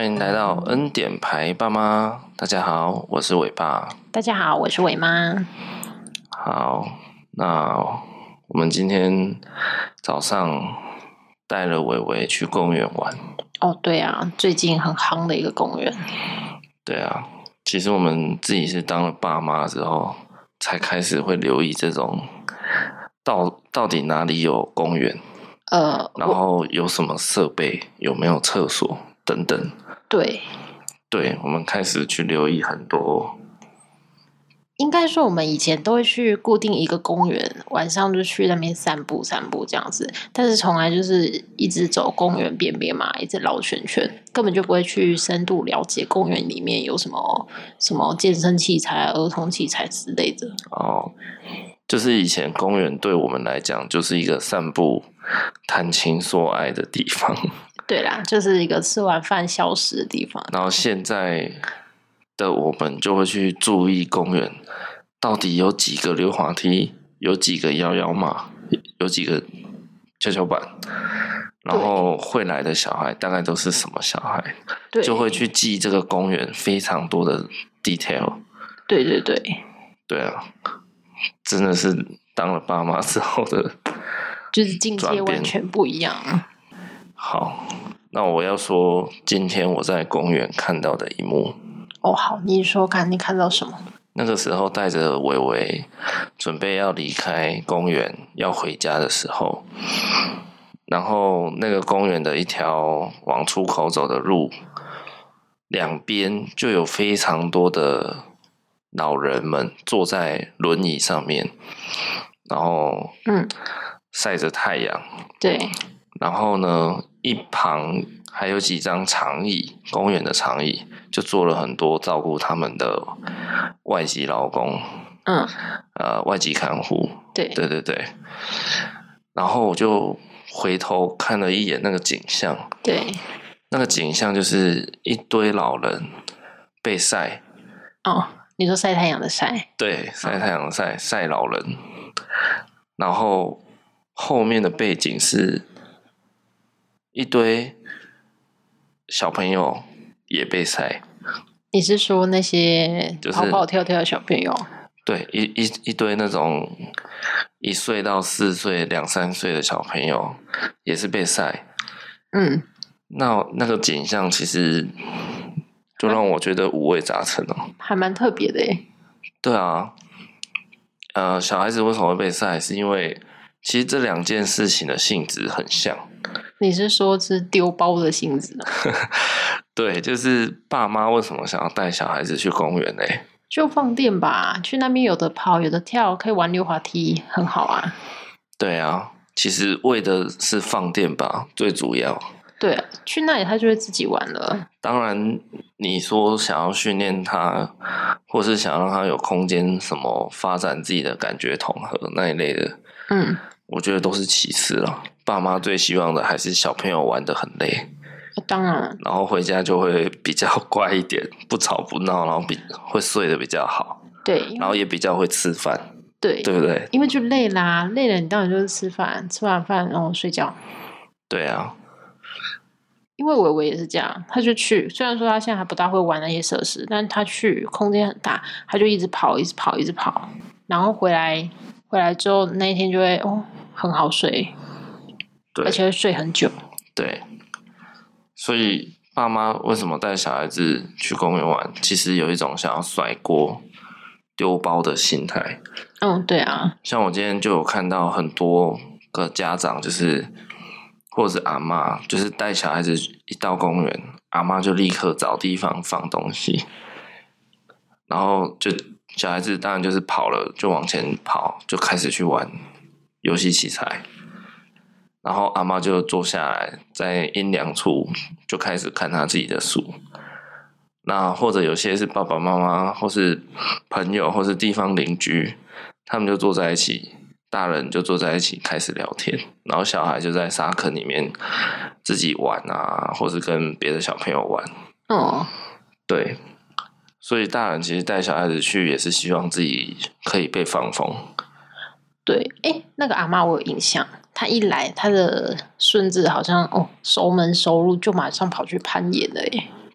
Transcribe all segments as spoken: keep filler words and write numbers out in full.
欢迎来到恩典牌爸妈。大家好，我是伟爸。 大家好，我是伟妈。 好，那我们今天早上带了伟伟去公园玩。 哦，对啊，最近很夯的一个公园。 对啊，其实我们自己是当了爸妈之后，才开始会留意这种到到底哪里有公园， 呃， 然后有什么设备，有没有厕所等等。 对， 对，我们开始去留意很多。 应该说我们以前都会去固定一个公园，晚上就去那边散步散步这样子，但是从来就是一直走公园边边嘛，一直绕圈圈，根本就不会去深度了解公园里面有什么什么健身器材、儿童器材之类的。 哦，就是以前公园对我们来讲就是一个散步、谈情说爱的地方。 对啦，就是一个吃完饭消食的地方。 然后现在的我们就会去注意公园到底有几个溜滑梯，有几个摇摇马，有几个跷跷板，然后会来的小孩大概都是什么小孩，就会去记这个公园非常多的 detail。 对对对对啊，真的是当了爸妈之后的就是境界完全不一样。 好，那我要说今天我在公园看到的一幕。 哦，好，你说看你看到什么？ 那个时候带着伟伟准备要离开公园要回家的时候，然后那个公园的一条往出口走的路两边就有非常多的老人们坐在轮椅上面，然后嗯晒着太阳。 对， 然后呢一旁还有几张长椅，公园的长椅就坐了很多照顾他们的外籍劳工， 嗯， 呃，外籍看护， 对对对对。然后我就回头看了一眼那个景象， 对， 那个景象就是一堆老人被晒。 哦，你说晒太阳的晒？ 对，晒太阳的晒，晒老人。然后后面的背景是一堆小朋友也被晒。 你是说那些就是跑跑跳跳的小朋友？ 对，一一一堆那种一岁到四岁、两三岁的小朋友也是被晒。 嗯， 那那个景象其实就让我觉得五味杂陈哦。 还蛮特别的耶。 对啊，呃，小孩子为什么会被晒？是因为其实这两件事情的性质很像。 你是说是丢包的性质吗？ 对，就是爸妈为什么想要带小孩子去公园呢？ 就放电吧，去那边有的跑，有的跳，可以玩溜滑梯，很好啊。 对啊，其实为的是放电吧，最主要。 对啊，去那里他就会自己玩了。 当然，你说想要训练他，或是想要让他有空间，什么发展自己的感觉统合那一类的， 嗯， 我觉得都是其次了。爸妈最希望的还是小朋友玩得很累， 当然， 然后回家就会比较乖一点，不吵不闹，然后比会睡得比较好， 对， 然后也比较会吃饭， 对， 对不对？ 因为就累啦，累了你当然就是吃饭，吃完饭然后睡觉。 对啊， 因为伟伟也是这样，他就去，虽然说他现在还不大会玩那些设施，但他去空间很大，他就一直跑，一直跑，一直跑，然后回来，回来之后那一天就会哦很好睡， 对， 而且会睡很久。 对，所以爸妈为什么带小孩子去公园玩？其实有一种想要甩锅、丢包的心态。 嗯，对啊， 像我今天就有看到很多个家长，就是或者是阿嬷，就是带小孩子一到公园，阿嬷就立刻找地方放东西，然后就小孩子当然就是跑了，就往前跑，就开始去玩游戏器材。然后阿嬷就坐下来，在阴凉处就开始看她自己的书。那或者有些是爸爸妈妈，或是朋友，或是地方邻居，他们就坐在一起，大人就坐在一起开始聊天，然后小孩就在沙坑里面自己玩啊，或是跟别的小朋友玩。 哦， 对，所以大人其实带小孩子去也是希望自己可以被放风。 对，哎，那个阿嬷我有印象，她一来，她的孙子好像哦熟门熟路，就马上跑去攀岩了耶。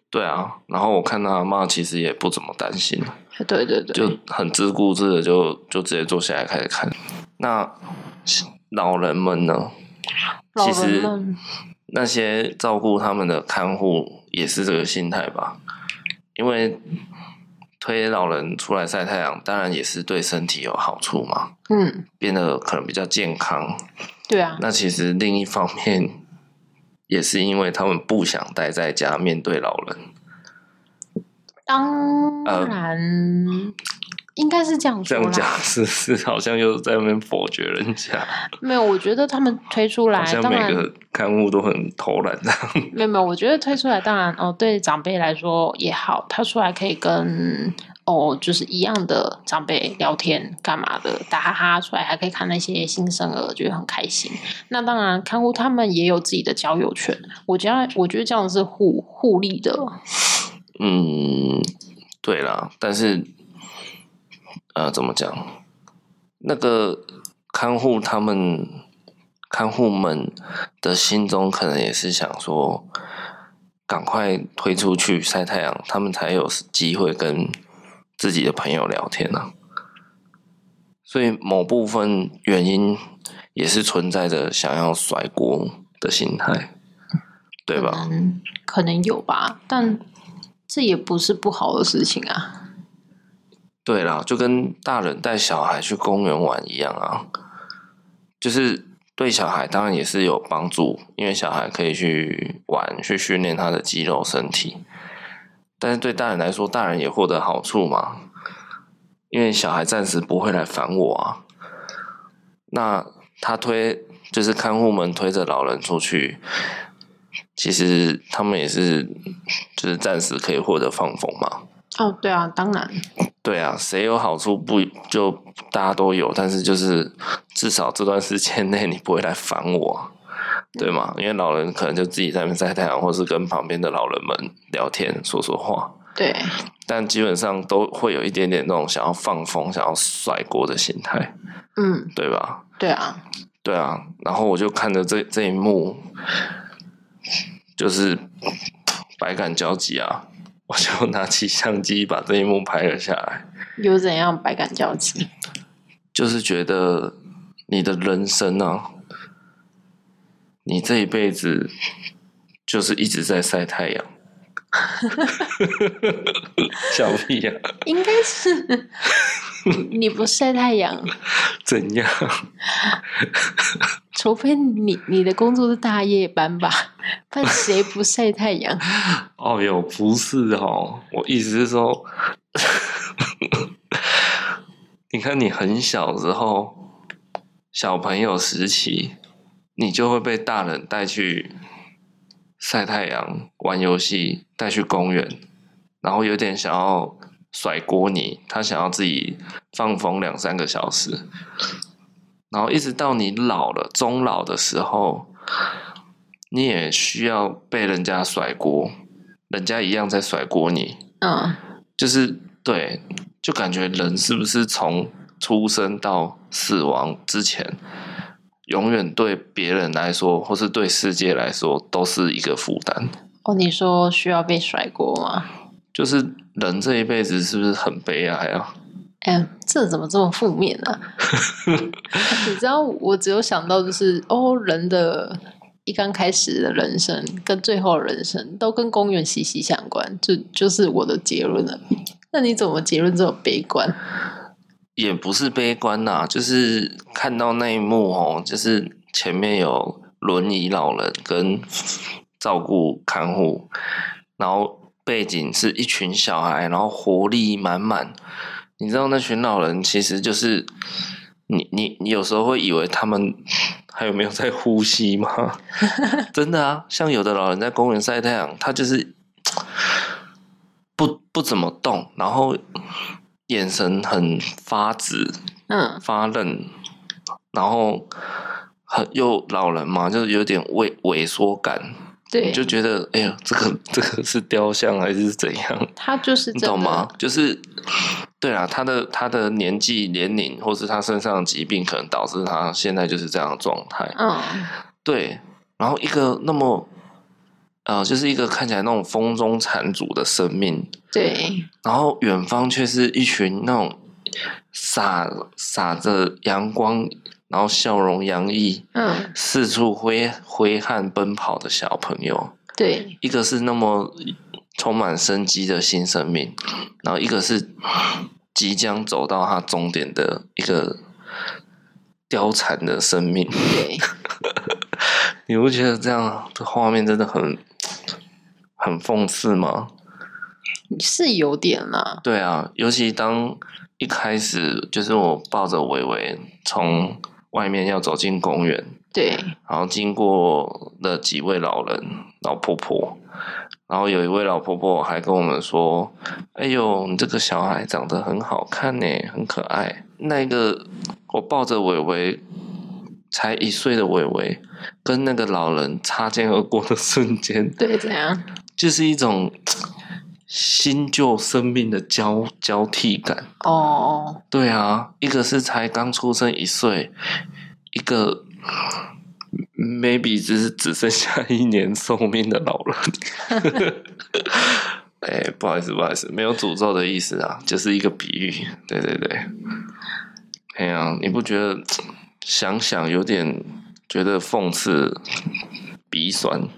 对啊，然后我看他阿嬷其实也不怎么担心， 对对对， 就很自顾自的就就直接坐下来开始看。那老人们呢？ 老其实人们那些照顾他们的看护也是这个心态吧，因为推老人出来晒太阳，当然也是对身体有好处嘛， 嗯， 变得可能比较健康。 对啊， 那其实另一方面也是因为他们不想待在家面对老人。 当然、呃、应该是这样说啦。 这样讲是是好像又在那边否决人家。 没有，我觉得他们推出来， 好像每个看护都很偷懒这样。 没有没有，我觉得推出来当然哦，对长辈来说也好，他出来可以跟哦就是一样的长辈聊天干嘛的，打哈哈出来，还可以看那些新生儿，觉得很开心。那当然，看护他们也有自己的交友权，我觉得我觉得这样是互互利的。 嗯，对啦，但是呃，怎么讲？那个看护他们看护们的心中可能也是想说，赶快推出去晒太阳，他们才有机会跟自己的朋友聊天啊。所以某部分原因也是存在着想要甩锅的心态，对吧？ 可能可能有吧，但这也不是不好的事情啊。 对啦，就跟大人带小孩去公园玩一样啊，就是对小孩当然也是有帮助，因为小孩可以去玩，去训练他的肌肉身体。但是对大人来说，大人也获得好处嘛，因为小孩暂时不会来烦我啊。那他推就是看护们推着老人出去，其实他们也是就是暂时可以获得放风嘛。 哦，对啊，当然。 对啊，谁有好处不就大家都有，但是就是至少这段时间内你不会来烦我，对吗？因为老人可能就自己在那边晒太阳，或是跟旁边的老人们聊天说说话。 对， 但基本上都会有一点点那种想要放风、想要甩锅的心态， 嗯， 对吧？ 对啊， 对啊。然后我就看着这这一幕，就是百感交集啊。我就拿起相机把这一幕拍了下来。 有怎样百感交集？ 就是觉得你的人生啊，你这一辈子就是一直在晒太阳。笑屁呀、啊！ 应该是你不晒太阳， 怎样？ 除非你你的工作是大夜班吧？但谁不晒太阳？ 哦哟，不是哦，我意思是说，你看你很小时候，小朋友时期，你就会被大人带去晒太阳、玩游戏，带去公园，然后有点想要甩锅你，他想要自己放风两三个小时，然后一直到你老了、中老的时候，你也需要被人家甩锅，人家一样在甩锅你。 嗯， 就是对，就感觉人是不是从出生到死亡之前，永远对别人来说，或是对世界来说，都是一个负担。 哦，你说需要被甩锅吗？ 就是人这一辈子是不是很悲哀啊？ 哎、欸，这怎么这么负面呢、啊？你知道，我只有想到就是哦，人的一刚开始的人生跟最后的人生都跟公园息息相关，就就是我的结论了。那你怎么结论这么悲观？ 也不是悲观呐、啊，就是看到那一幕哦，就是前面有轮椅老人跟照顾看护，然后背景是一群小孩，然后活力满满。你知道那群老人其实就是你你你有时候会以为他们还有没有在呼吸吗？真的啊，像有的老人在公园晒太阳，他就是不不怎么动，然后眼神很发直， 嗯， 发愣，然后很又老人嘛，就是有点萎萎缩感。 对， 你就觉得哎呀，这个这个是雕像还是怎样？ 他就是你懂吗？就是对啊，他的他的年纪、年龄，或是他身上的疾病，可能导致他现在就是这样的状态。 嗯， 对。然后一个那么呃，就是一个看起来那种风中残烛的生命， 对， 然后远方却是一群那种洒洒着阳光，然后笑容洋溢， 嗯， 四处挥挥汗奔跑的小朋友。 对， 一个是那么充满生机的新生命，然后一个是即将走到他终点的一个凋残的生命。 对， 你不觉得这样的画面真的很很讽刺吗？ 是有点啦。 对啊，尤其当一开始就是我抱着伟伟从外面要走进公园， 对， 然后经过了几位老人老婆婆，然后有一位老婆婆还跟我们说：“哎呦，你这个小孩长得很好看呢，很可爱。”那个我抱着伟伟才一岁的伟伟，跟那个老人擦肩而过的瞬间， 对，怎样？ 就是一种新旧生命的交交替感。 哦， 对啊，一个是才刚出生一岁，一个 maybe 只是只剩下一年寿命的老人。哎、欸，不好意思，不好意思，没有诅咒的意思啊，就是一个比喻。对对对，哎呀、啊，你不觉得想想有点觉得讽刺、鼻酸？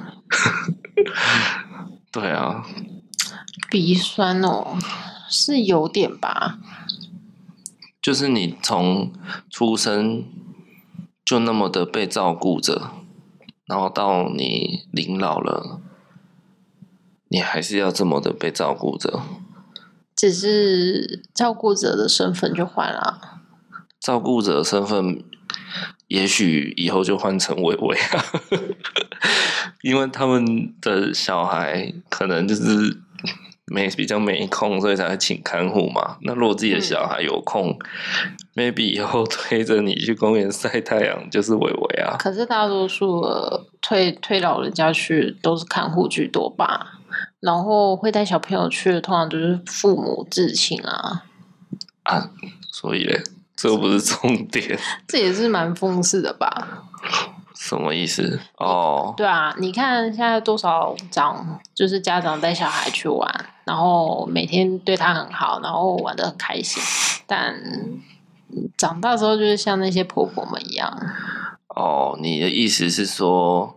对啊， 鼻酸哦，是有点吧。 就是你从出生就那么的被照顾着，然后到你临老了，你还是要这么的被照顾着。 只是照顾者的身份就换了。 照顾者的身份，也许以后就换成伟伟啊，因为他们的小孩可能就是没比较没空，所以才会请看护嘛。那如果自己的小孩有空、嗯、，maybe 以后推着你去公园晒太阳就是伟伟啊。 可是大多数的推推老人家去都是看护居多吧，然后会带小朋友去的通常都是父母至亲啊。 啊，所以嘞。这不是重点， 这也是蛮讽刺的吧？ 什么意思？哦， 对啊，你看现在多少长就是家长带小孩去玩，然后每天对他很好，然后玩得很开心，但长大之后就是像那些婆婆们一样。 哦，你的意思是说，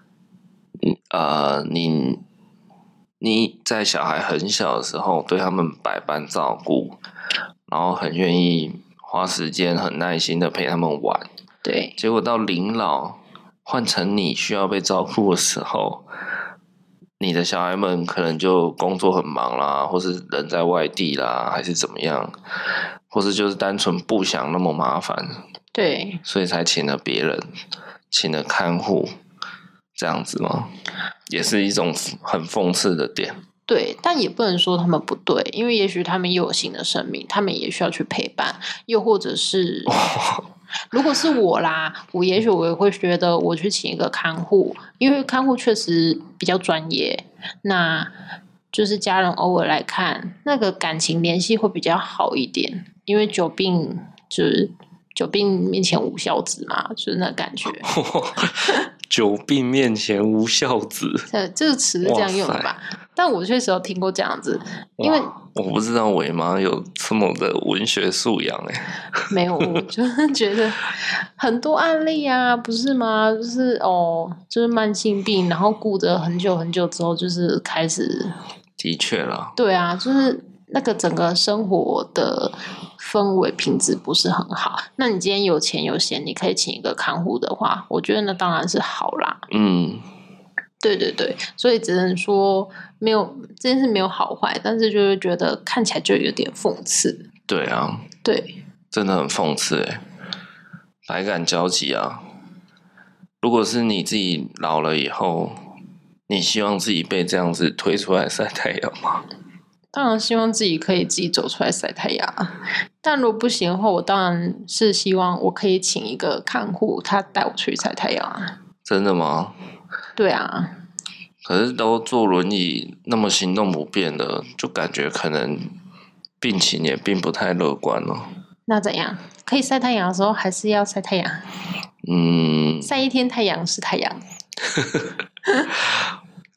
呃，你你在小孩很小的时候对他们百般照顾，然后很愿意花时间很耐心的陪他们玩， 对， 结果到临老换成你需要被照顾的时候，你的小孩们可能就工作很忙啦，或是人在外地啦，还是怎么样，或是就是单纯不想那么麻烦， 对， 所以才请了别人，请了看护，这样子吗？也是一种很讽刺的点。 对，但也不能说他们不对，因为也许他们又有新的生命，他们也需要去陪伴，又或者是，如果是我啦，我也许我也会觉得我去请一个看护，因为看护确实比较专业，那就是家人偶尔来看，那个感情联系会比较好一点，因为久病就是久病面前无孝子嘛，就是那感觉。 久病面前无孝子， 这这个词是这样用的吧？但我确实有听过这样子，因为我不知道伟妈有这么的文学素养哎、欸， 没有，我就是觉得很多案例啊，不是吗？就是哦，就是慢性病，然后顾着很久很久之后，就是开始， 的确啦， 对啊，就是那个整个生活的氛围品质不是很好。那你今天有钱有闲，你可以请一个看护的话，我觉得那当然是好啦。 嗯， 对对对，所以只能说没有这件事没有好坏，但是就是觉得看起来就有点讽刺。 对啊， 对， 真的很讽刺哎、欸，百感交集啊。如果是你自己老了以后，你希望自己被这样子推出来晒太阳吗？ 当然希望自己可以自己走出来晒太阳，但如果不行的话，我当然是希望我可以请一个看护，他带我去晒太阳啊。 真的吗？ 对啊， 可是都坐轮椅，那么行动不便的，就感觉可能病情也并不太乐观了。 那怎样？可以晒太阳的时候还是要晒太阳。 嗯， 晒一天太阳是太阳。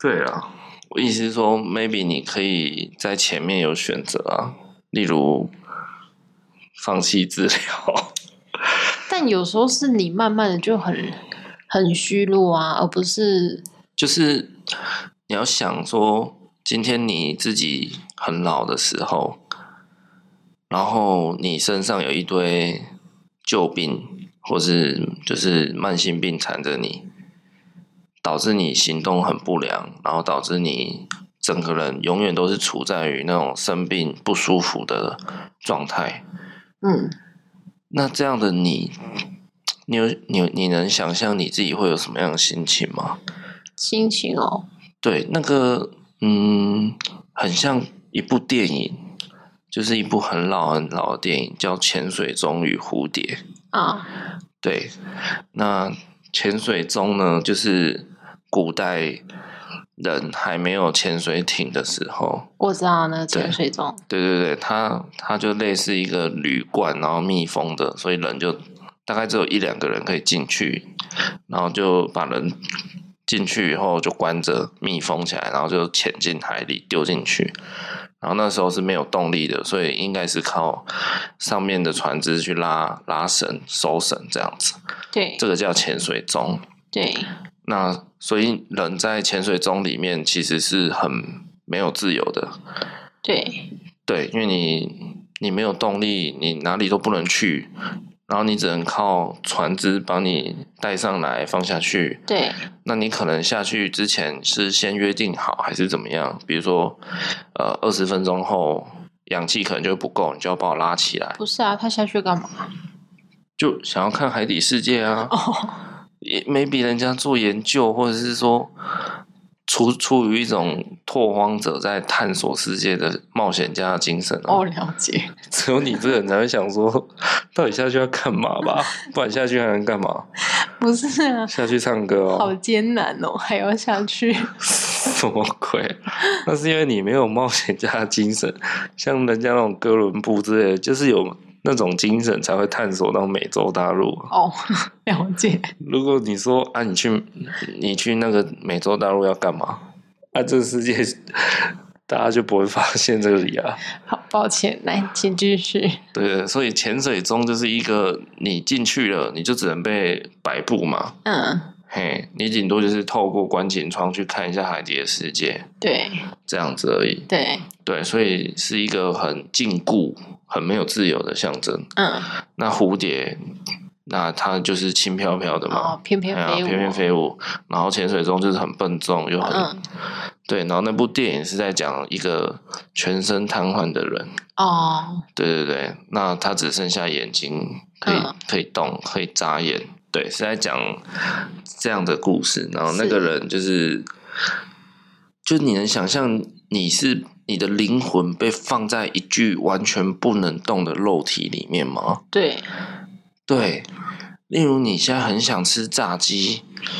对啊，我意思是说 ，maybe 你可以在前面有选择啊，例如放弃治疗。 但有时候是你慢慢的就很很虚弱啊，而不是就是你要想说，今天你自己很老的时候，然后你身上有一堆旧病，或是就是慢性病缠着你，导致你行动很不良，然后导致你整个人永远都是处在于那种生病不舒服的状态。 嗯， 那这样的你，你有你你能想象你自己会有什么样的心情吗？ 心情哦， 对，那个嗯，很像一部电影，就是一部很老很老的电影，叫《潜水钟与蝴蝶》 啊。 对，那潜水钟呢，就是古代人还没有潜水艇的时候， 我知道那个潜水钟， 对对对，它它就类似一个铝罐，然后密封的，所以人就大概只有一两个人可以进去，然后就把人进去以后就关着密封起来，然后就潜进海里丢进去。然后那时候是没有动力的，所以应该是靠上面的船只去拉拉绳、收绳这样子。 对， 这个叫潜水钟。 对， 那所以人在潜水钟里面其实是很没有自由的。 对， 对，因为你你没有动力，你哪里都不能去，然后你只能靠船只帮你带上来放下去。 对， 那你可能下去之前是先约定好还是怎么样？比如说，呃，二十分钟后氧气可能就不够，你就要把我拉起来。 不是啊，他下去干嘛？ 就想要看海底世界啊。 哦， 也 maybe 人家做研究，或者是说出出于一种拓荒者在探索世界的冒险家的精神啊。 哦，了解。 只有你这个人才会想说，到底下去要干嘛吧？不然下去还能干嘛？ 不是啊， 下去唱歌哦， 好艰难哦，还要下去。 什么鬼？那是因为你没有冒险家的精神，像人家那种哥伦布之类的，就是有那种精神才会探索到美洲大陆。 哦，了解。 如果你说啊，你去你去那个美洲大陆要干嘛？啊，这个世界大家就不会发现这里啊。 好，抱歉，来，请继续。 对，所以潜水钟就是一个你进去了，你就只能被摆布嘛。 嗯， 嘿，你顶多就是透过观景窗去看一下海底的世界， 对， 这样子而已。 对， 对，所以是一个很禁锢、很没有自由的象征。 嗯， 那蝴蝶，那它就是轻飘飘的嘛， 哦，翩翩飞舞， 翩翩飞舞。然后潜水钟就是很笨重又很、 嗯、 对。然后那部电影是在讲一个全身瘫痪的人。 哦， 对对对，那他只剩下眼睛可以、 嗯、 可以动，可以眨眼。对，是在讲这样的故事。然后那个人就是，就你能想象你是你的灵魂被放在一具完全不能动的肉体里面吗？ 对， 对，例如你现在很想吃炸鸡，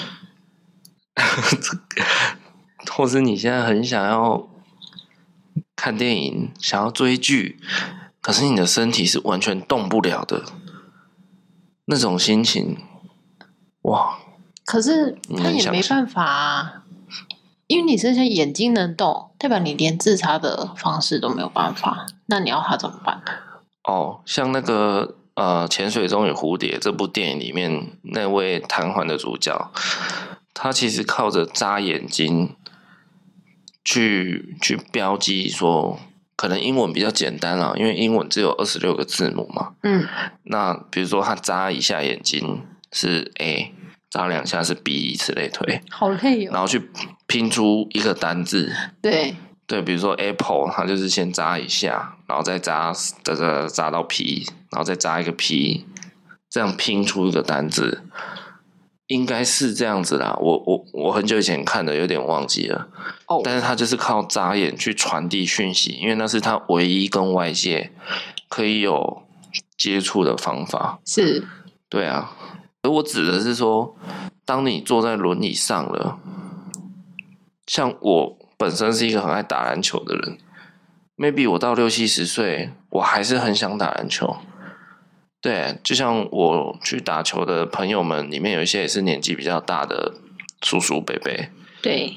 或是你现在很想要看电影，想要追剧，可是你的身体是完全动不了的，那种心情，哇！ 可是他也没办法啊，因为你剩下眼睛能动，代表你连自杀的方式都没有办法，那你要他怎么办？ 哦，像那个呃《潜水钟与蝴蝶》这部电影里面那位瘫痪的主角，他其实靠着眨眼睛去去标记说，可能英文比较简单啦，因为英文只有二十六个字母嘛。 嗯， 那比如说他眨一下眼睛是 A， 眨两下是 B， 以此类推。 好累哦。 然后去拼出一个单字。 对对，比如说 Apple， 它就是先眨一下，然后再眨眨眨眨到 P， 然后再眨一个 P， 这样拼出一个单字。应该是这样子啦，我我我很久以前看的，有点忘记了。哦，但是他就是靠眨眼去传递讯息，因为那是他唯一跟外界可以有接触的方法。 是， 对啊。而我指的是说，当你坐在轮椅上了，像我本身是一个很爱打篮球的人 ，maybe 我到六七十岁，我还是很想打篮球。对，就像我去打球的朋友们里面，有一些也是年纪比较大的叔叔伯伯。 对，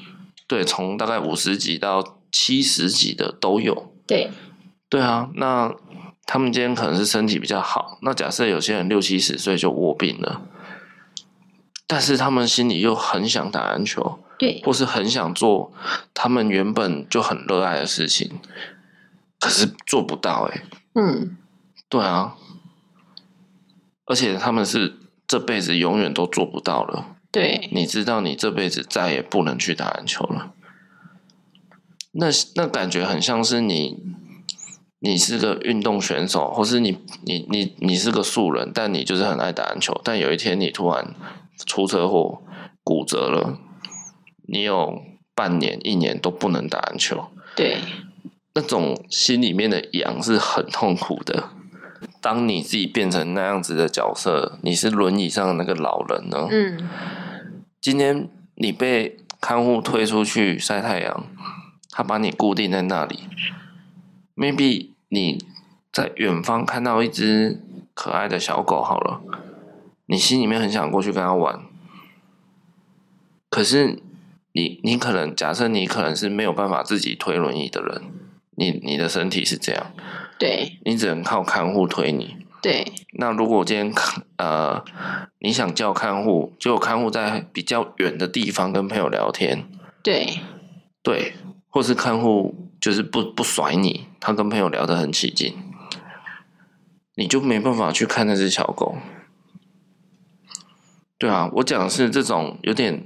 对，从大概五十几到七十几的都有。 对， 对啊，那他们今天可能是身体比较好，那假设有些人六七十岁就卧病了，但是他们心里又很想打篮球， 对， 或是很想做他们原本就很热爱的事情，可是做不到哎。 嗯， 对啊，而且他们是这辈子永远都做不到了。 对， 你知道你这辈子再也不能去打篮球了，那那感觉很像是你，你是个运动选手，或是你你你你是个素人，但你就是很爱打篮球，但有一天你突然出车祸骨折了，你有半年一年都不能打篮球， 对， 那种心里面的痒是很痛苦的。当你自己变成那样子的角色，你是轮椅上的那个老人呢？ 嗯， 今天你被看护推出去晒太阳，他把你固定在那里。maybe 你在远方看到一只可爱的小狗好了，你心里面很想过去跟它玩，可是你你可能假设你可能是没有办法自己推轮椅的人，你你的身体是这样， 对， 你只能靠看护推你。 对， 那如果今天呃你想叫看护，结果看护在比较远的地方跟朋友聊天， 对， 对，或是看护就是不不甩你，他跟朋友聊得很起劲，你就没办法去看那只小狗。对啊，我讲的是这种有点，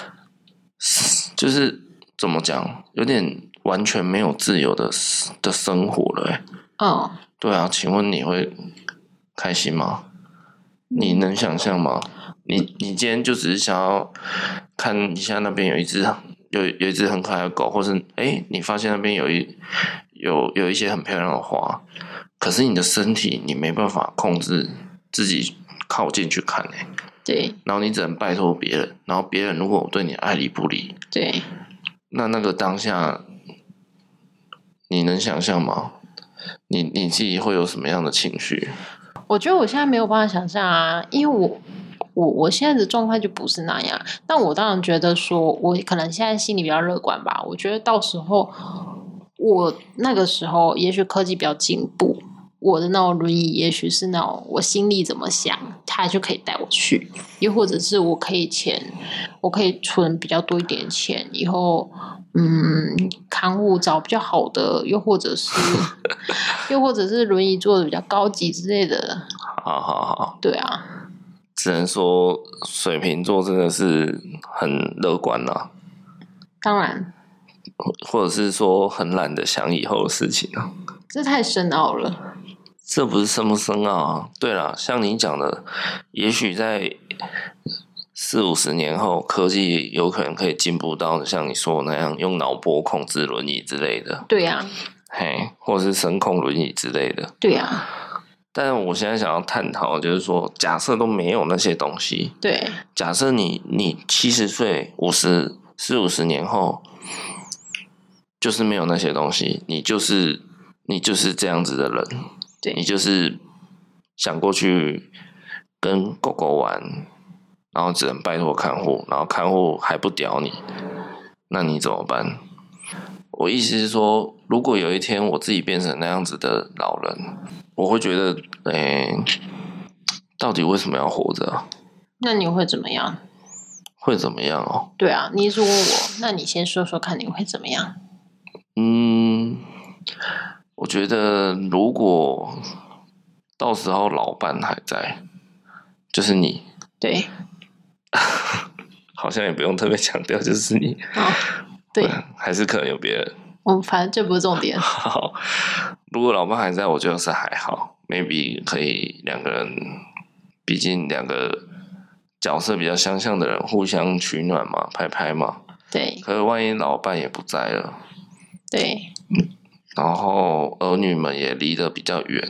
就是怎么讲，有点完全没有自由的的生活了欸。 哦， 对啊，请问你会开心吗？你能想象吗？你你今天就只是想要看一下那边有一只有有一只很可爱的狗，或是哎、欸，你发现那边有一有有一些很漂亮的花，可是你的身体你没办法控制自己靠近去看哎、欸， 对， 然后你只能拜托别人，然后别人如果对你爱理不理， 对， 那那个当下你能想象吗？你你自己会有什么样的情绪？ 我觉得我现在没有办法想象啊，因为我我我现在的状态就不是那样。但我当然觉得说，我可能现在心里比较乐观吧。我觉得到时候我那个时候，也许科技比较进步，我的那种轮椅，也许是那种我心里怎么想，他就可以带我去。又或者是我可以钱，我可以存比较多一点钱，以后。嗯，看护找比较好的，又或者是，又或者是轮椅坐的比较高级之类的。 好好好， 对啊， 只能说水瓶座真的是很乐观啦， 当然， 或者是说很懒得想以后的事情啊。 这太深奥了。 这不是深不深奥啊？对啦，像你讲的，也许在四五十年后，科技有可能可以进步到像你说的那样，用脑波控制轮椅之类的。 对呀、啊， 嘿，或者是声控轮椅之类的。 对呀、啊。 但我现在想要探讨，就是说，假设都没有那些东西， 对， 假设你你七十岁、五十四五十年后，就是没有那些东西，你就是你就是这样子的人， 对， 你就是想过去跟狗狗玩，然后只能拜托看护，然后看护还不屌你，那你怎么办？我意思是说，如果有一天我自己变成那样子的老人，我会觉得，诶、欸，到底为什么要活着啊？ 那你会怎么样？ 会怎么样哦？ 对啊，你一直问我，那你先说说看，你会怎么样？ 嗯，我觉得如果到时候老伴还在，就是你， 对， 好像也不用特别强调，就是你。 哦，对， 还是可能有别人。 我反正这不是重点。 好，如果老伴还在，我觉得是还好 ，maybe 可以两个人，毕竟两个角色比较相像的人互相取暖嘛，拍拍嘛。 对。 可是万一老伴也不在了， 对。 然后儿女们也离得比较远，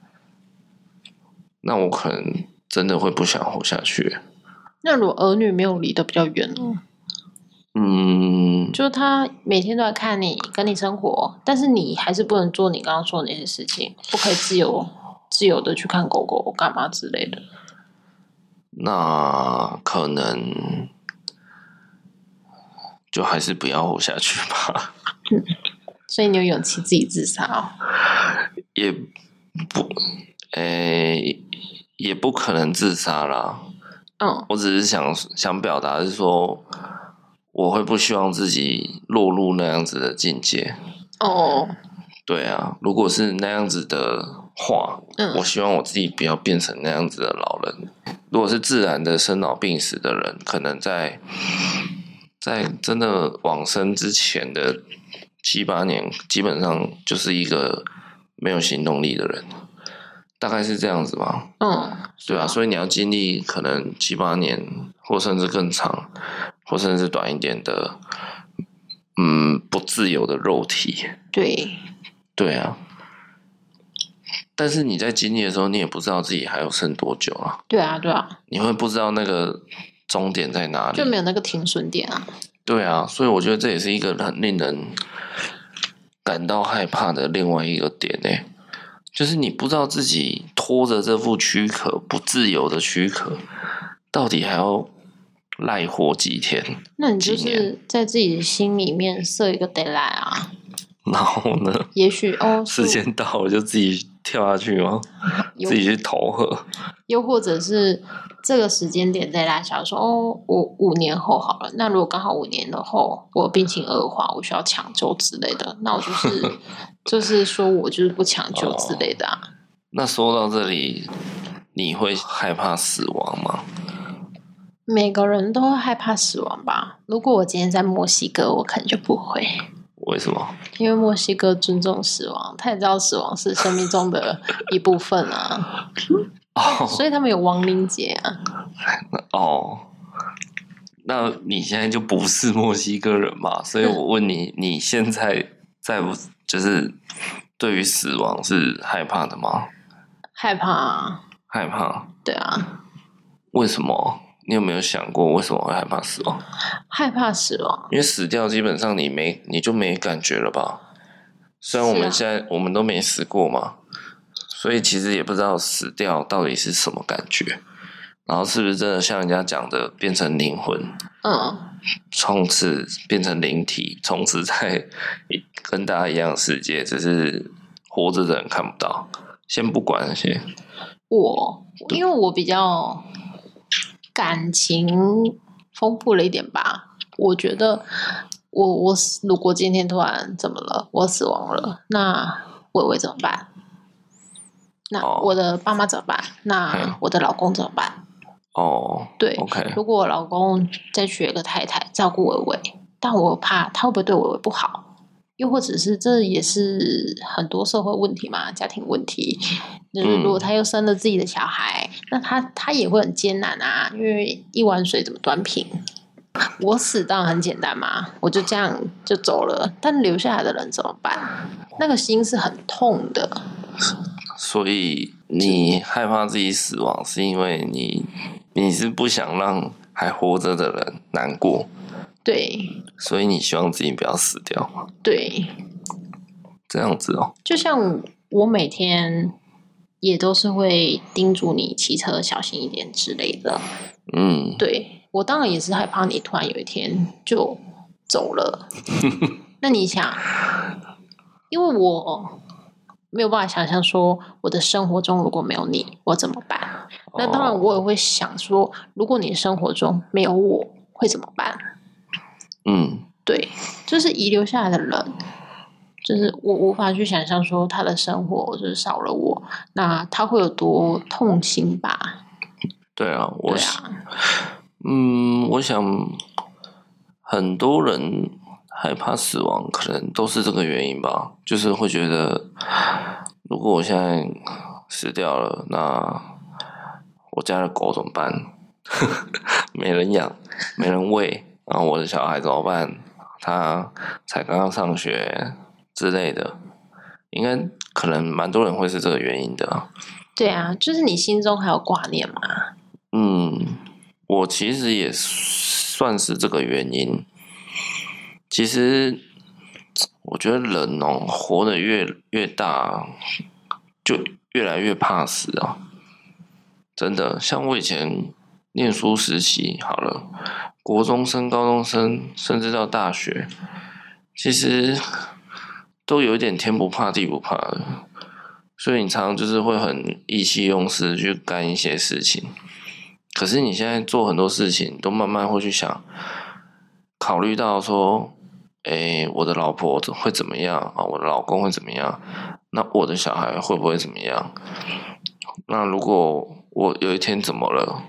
那我可能真的会不想活下去。 那如果儿女没有离得比较远呢？ 嗯， 就是他每天都在看你，跟你生活，但是你还是不能做你刚刚说的那些事情，不可以自由自由的去看狗狗干嘛之类的。 那可能就还是不要活下去吧。 嗯，所以你有勇气自己自杀哦？ 也不，诶、也不可能自杀啦。 嗯， 我只是想想表达是说，我会不希望自己落入那样子的境界。 哦， 对啊，如果是那样子的话， 嗯， 我希望我自己不要变成那样子的老人。如果是自然的生老病死的人，可能在在真的往生之前的七八年，基本上就是一个没有行动力的人，大概是这样子吧。 嗯， 对啊，所以你要经历可能七八年，或甚至更长，或甚至短一点的，嗯，不自由的肉体。 对， 对啊。但是你在经历的时候，你也不知道自己还有剩多久啊。 对啊，对啊， 你会不知道那个终点在哪里， 就没有那个停损点啊。 对啊，所以我觉得这也是一个很令人感到害怕的另外一个点诶，就是你不知道自己拖着这副躯壳不自由的躯壳，到底还要赖活几天？ 那你就是在自己的心里面设一个 deadline 啊。 然后呢？ 也许哦， 时间到了就自己跳下去吗？自己去投河？ 又或者是这个时间点再来想说，哦，我五年后好了。那如果刚好五年后我病情恶化，我需要抢救之类的，那我就是就是说我就是不抢救之类的啊。 哦，那说到这里，你会害怕死亡吗？ 每个人都会害怕死亡吧。如果我今天在墨西哥，我可能就不会。 为什么？ 因为墨西哥尊重死亡，他也知道死亡是生命中的一部分啊。 哦， 所以他们有亡灵节啊。 哦，那你现在就不是墨西哥人嘛？所以我问你，你现在在不就是对于死亡是害怕的吗？ 害怕啊。 害怕。 对啊。 为什么？你有没有想过为什么会害怕死亡？ 害怕死亡， 因为死掉基本上你没你就没感觉了吧？虽然我们现在、啊、我们都没死过嘛，所以其实也不知道死掉到底是什么感觉，然后是不是真的像人家讲的变成灵魂， 嗯， 从此变成灵体，从此在跟大家一样的世界，只是活着的人看不到。先不管那些， 我因为我比较感情丰富了一点吧，我觉得我我如果今天突然怎么了，我死亡了，那伟伟怎么办？那我的爸妈怎么办？哦、那我的老公怎么办？ 哦， 对 ，OK。 如果我老公再娶一个太太照顾伟伟，但我怕他会不会对伟伟不好？又或者是这也是很多社会问题嘛，家庭问题。就是如果他又生了自己的小孩，嗯、那他他也会很艰难啊，因为一碗水怎么端平？我死当然很简单嘛，我就这样就走了，但留下来的人怎么办？那个心是很痛的。 所以你害怕自己死亡，是因为你你是不想让还活着的人难过。 对， 所以你希望自己不要死掉吗？ 对， 这样子哦。 就像我每天也都是会叮嘱你骑车小心一点之类的。 嗯， 对，我当然也是害怕你突然有一天就走了。那你想，因为我没有办法想象说我的生活中如果没有你，我怎么办？那当然我也会想说，如果你生活中没有我，会怎么办？ 嗯， 对，就是遗留下来的人，就是我无法去想象说他的生活就是少了我，那他会有多痛心吧？ 对啊，我对啊， 嗯，我想很多人害怕死亡，可能都是这个原因吧，就是会觉得，如果我现在死掉了，那我家的狗怎么办？没人养，没人喂。然后我的小孩怎么办？他才刚刚上学之类的，应该可能蛮多人会是这个原因的。 对啊，就是你心中还有挂念嘛。 嗯，我其实也算是这个原因。其实我觉得人哦，活得越越大，就越来越怕死啊。真的，像我以前念书时期好了，国中生、高中生，甚至到大学，其实都有一点天不怕地不怕的，所以你常常就是会很意气用事去干一些事情。可是你现在做很多事情，都慢慢会去想，考虑到说，诶，我的老婆会怎么样啊？我的老公会怎么样？那我的小孩会不会怎么样？那如果我有一天怎么了？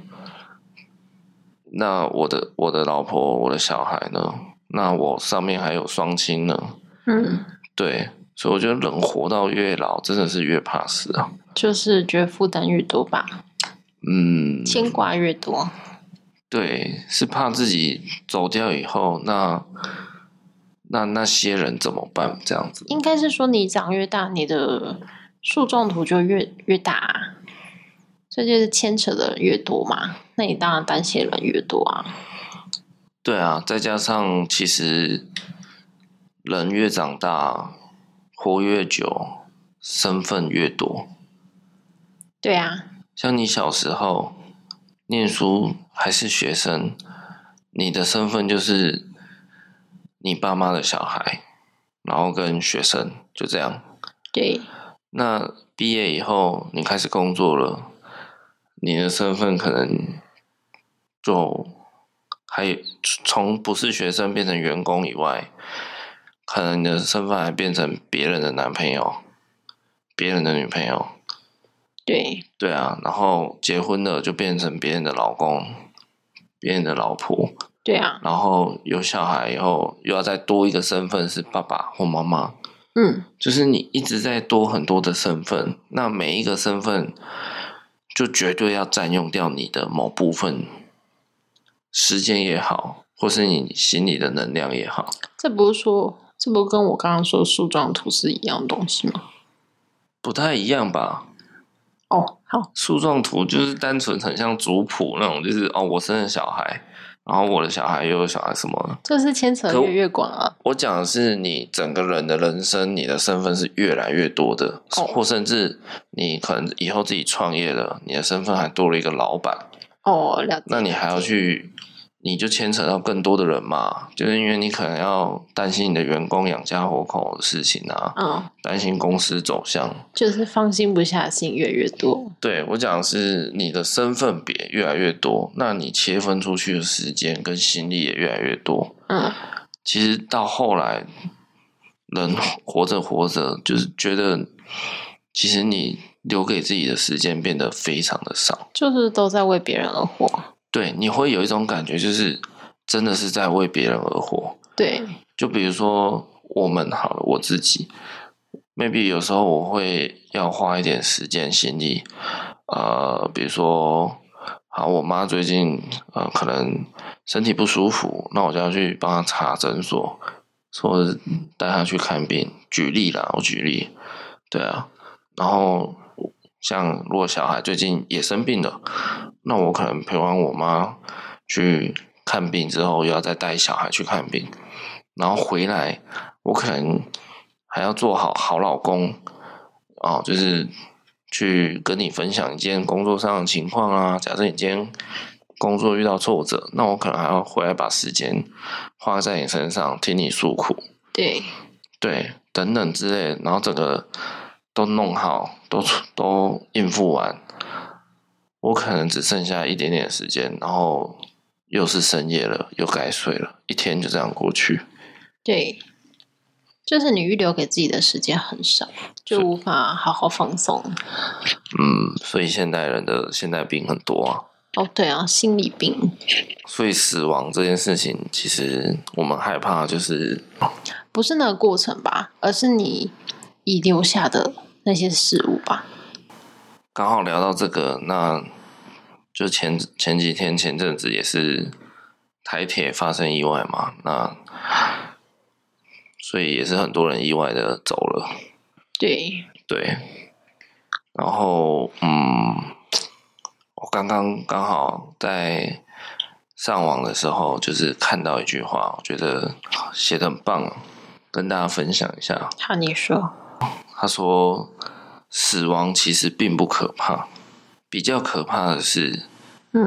那我的我的老婆，我的小孩呢？那我上面还有双亲呢。 嗯， 对，所以我觉得人活到越老，真的是越怕死啊。 就是觉得负担越多吧， 嗯， 牵挂越多。 对，是怕自己走掉以后，那那那些人怎么办？这样子， 应该是说你长越大，你的树状图就越越大、啊，所以就是牵扯的越多嘛，那你当然担心的人越多啊。 对啊，再加上其实人越长大，活越久，身份越多。 对啊， 像你小时候念书还是学生，你的身份就是你爸妈的小孩，然后跟学生就这样。 对， 那毕业以后，你开始工作了，你的身份可能就还从不是学生变成员工以外，可能你的身份还变成别人的男朋友、别人的女朋友。 对， 对啊，然后结婚了就变成别人的老公、别人的老婆。 对啊， 然后有小孩以后，又要再多一个身份是爸爸或妈妈。 嗯， 就是你一直在多很多的身份，那每一个身份就绝对要占用掉你的某部分时间也好，或是你心里的能量也好。 这不是说，这不跟我刚刚说树状图是一样的东西吗？ 不太一样吧？ 哦，好， 树状图就是单纯很像族谱那种，就是哦，我生了小孩，然后我的小孩又有小孩什么的。 这是牵扯越越广啊。 我讲的是你整个人的人生，你的身份是越来越多的， 哦、 或甚至你可能以后自己创业了，你的身份还多了一个老板。 哦，了解。 那你还要去，你就牵扯到更多的人嘛，就是因为你可能要担心你的员工养家活口的事情啊， 嗯， 担心公司走向， 就是放心不下的事情越来越多。 对，我讲的是你的身份别越来越多，那你切分出去的时间跟心力也越来越多。 嗯， 其实到后来，人活着活着，就是觉得其实你留给自己的时间变得非常的少， 就是都在为别人而活。 对，你会有一种感觉，就是真的是在为别人而活。 对， 就比如说我们好了，我自己 ，maybe 有时候我会要花一点时间心力，呃，比如说，好，我妈最近呃可能身体不舒服，那我就要去帮她查诊所，或者带她去看病。举例啦，我举例，对啊，然后像如果小孩最近也生病了，那我可能陪完我妈去看病之后，又要再带小孩去看病，然后回来，我可能还要做好好老公哦，就是去跟你分享一件工作上的情况啊。假设你今天工作遇到挫折，那我可能还要回来把时间花在你身上，听你诉苦， 对， 对，等等之类的，然后整个都弄好，都都应付完，我可能只剩下一点点时间，然后又是深夜了，又该睡了，一天就这样过去。 对，就是你预留给自己的时间很少，就无法好好放松。 嗯，所以现代人的现代病很多啊。 哦，对啊，心理病。 所以死亡这件事情，其实我们害怕就是不是那个过程吧，而是你遗留下的那些事物吧。 刚好聊到这个，那就前前几天前阵子也是台铁发生意外嘛，那所以也是很多人意外的走了。 对对，然后嗯，我刚刚刚好在上网的时候，就是看到一句话，我觉得写得很棒，跟大家分享一下。 好，你说。 他说，死亡其实并不可怕，比较可怕的是， 嗯，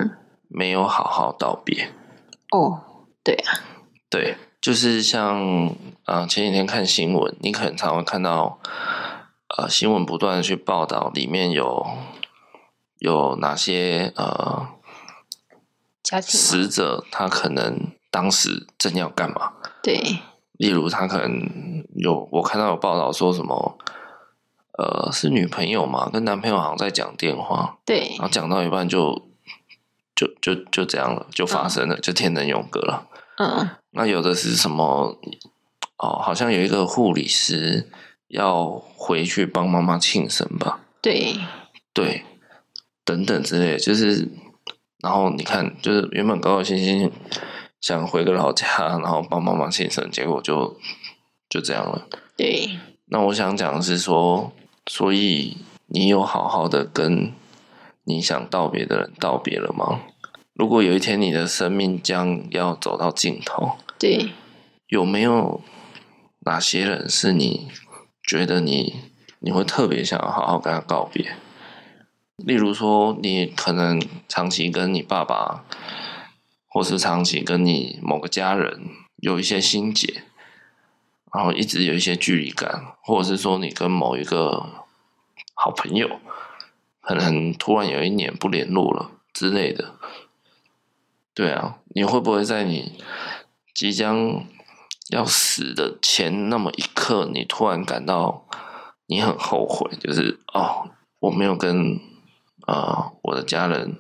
没有好好道别。 哦，对啊， 对，就是像呃前几天看新闻，你可能常会看到呃新闻不断的去报道里面有有哪些呃家庭死者他可能当时正要干嘛。 对， 例如他可能有我看到有报道说什么呃是女朋友嘛，跟男朋友好像在讲电话， 对然后讲到一半就就就就这样了，就发生了，嗯、就天人永隔了。 嗯， 那有的是什么？哦，好像有一个护理师要回去帮妈妈庆生吧？ 对对，等等之类的，就是然后你看，就是原本高高兴兴想回个老家，然后帮妈妈庆生，结果就就这样了。 对， 那我想讲的是说，所以你有好好的跟你想道别的人道别了吗？如果有一天你的生命将要走到尽头， 对， 有没有哪些人是你觉得你你会特别想要好好跟他告别？例如说，你可能长期跟你爸爸，或是长期跟你某个家人有一些心结，然后一直有一些距离感，或者是说你跟某一个好朋友，可能突然有一年不联络了之类的。对啊，你会不会在你即将要死的前那么一刻，你突然感到你很后悔，就是哦，我没有跟呃我的家人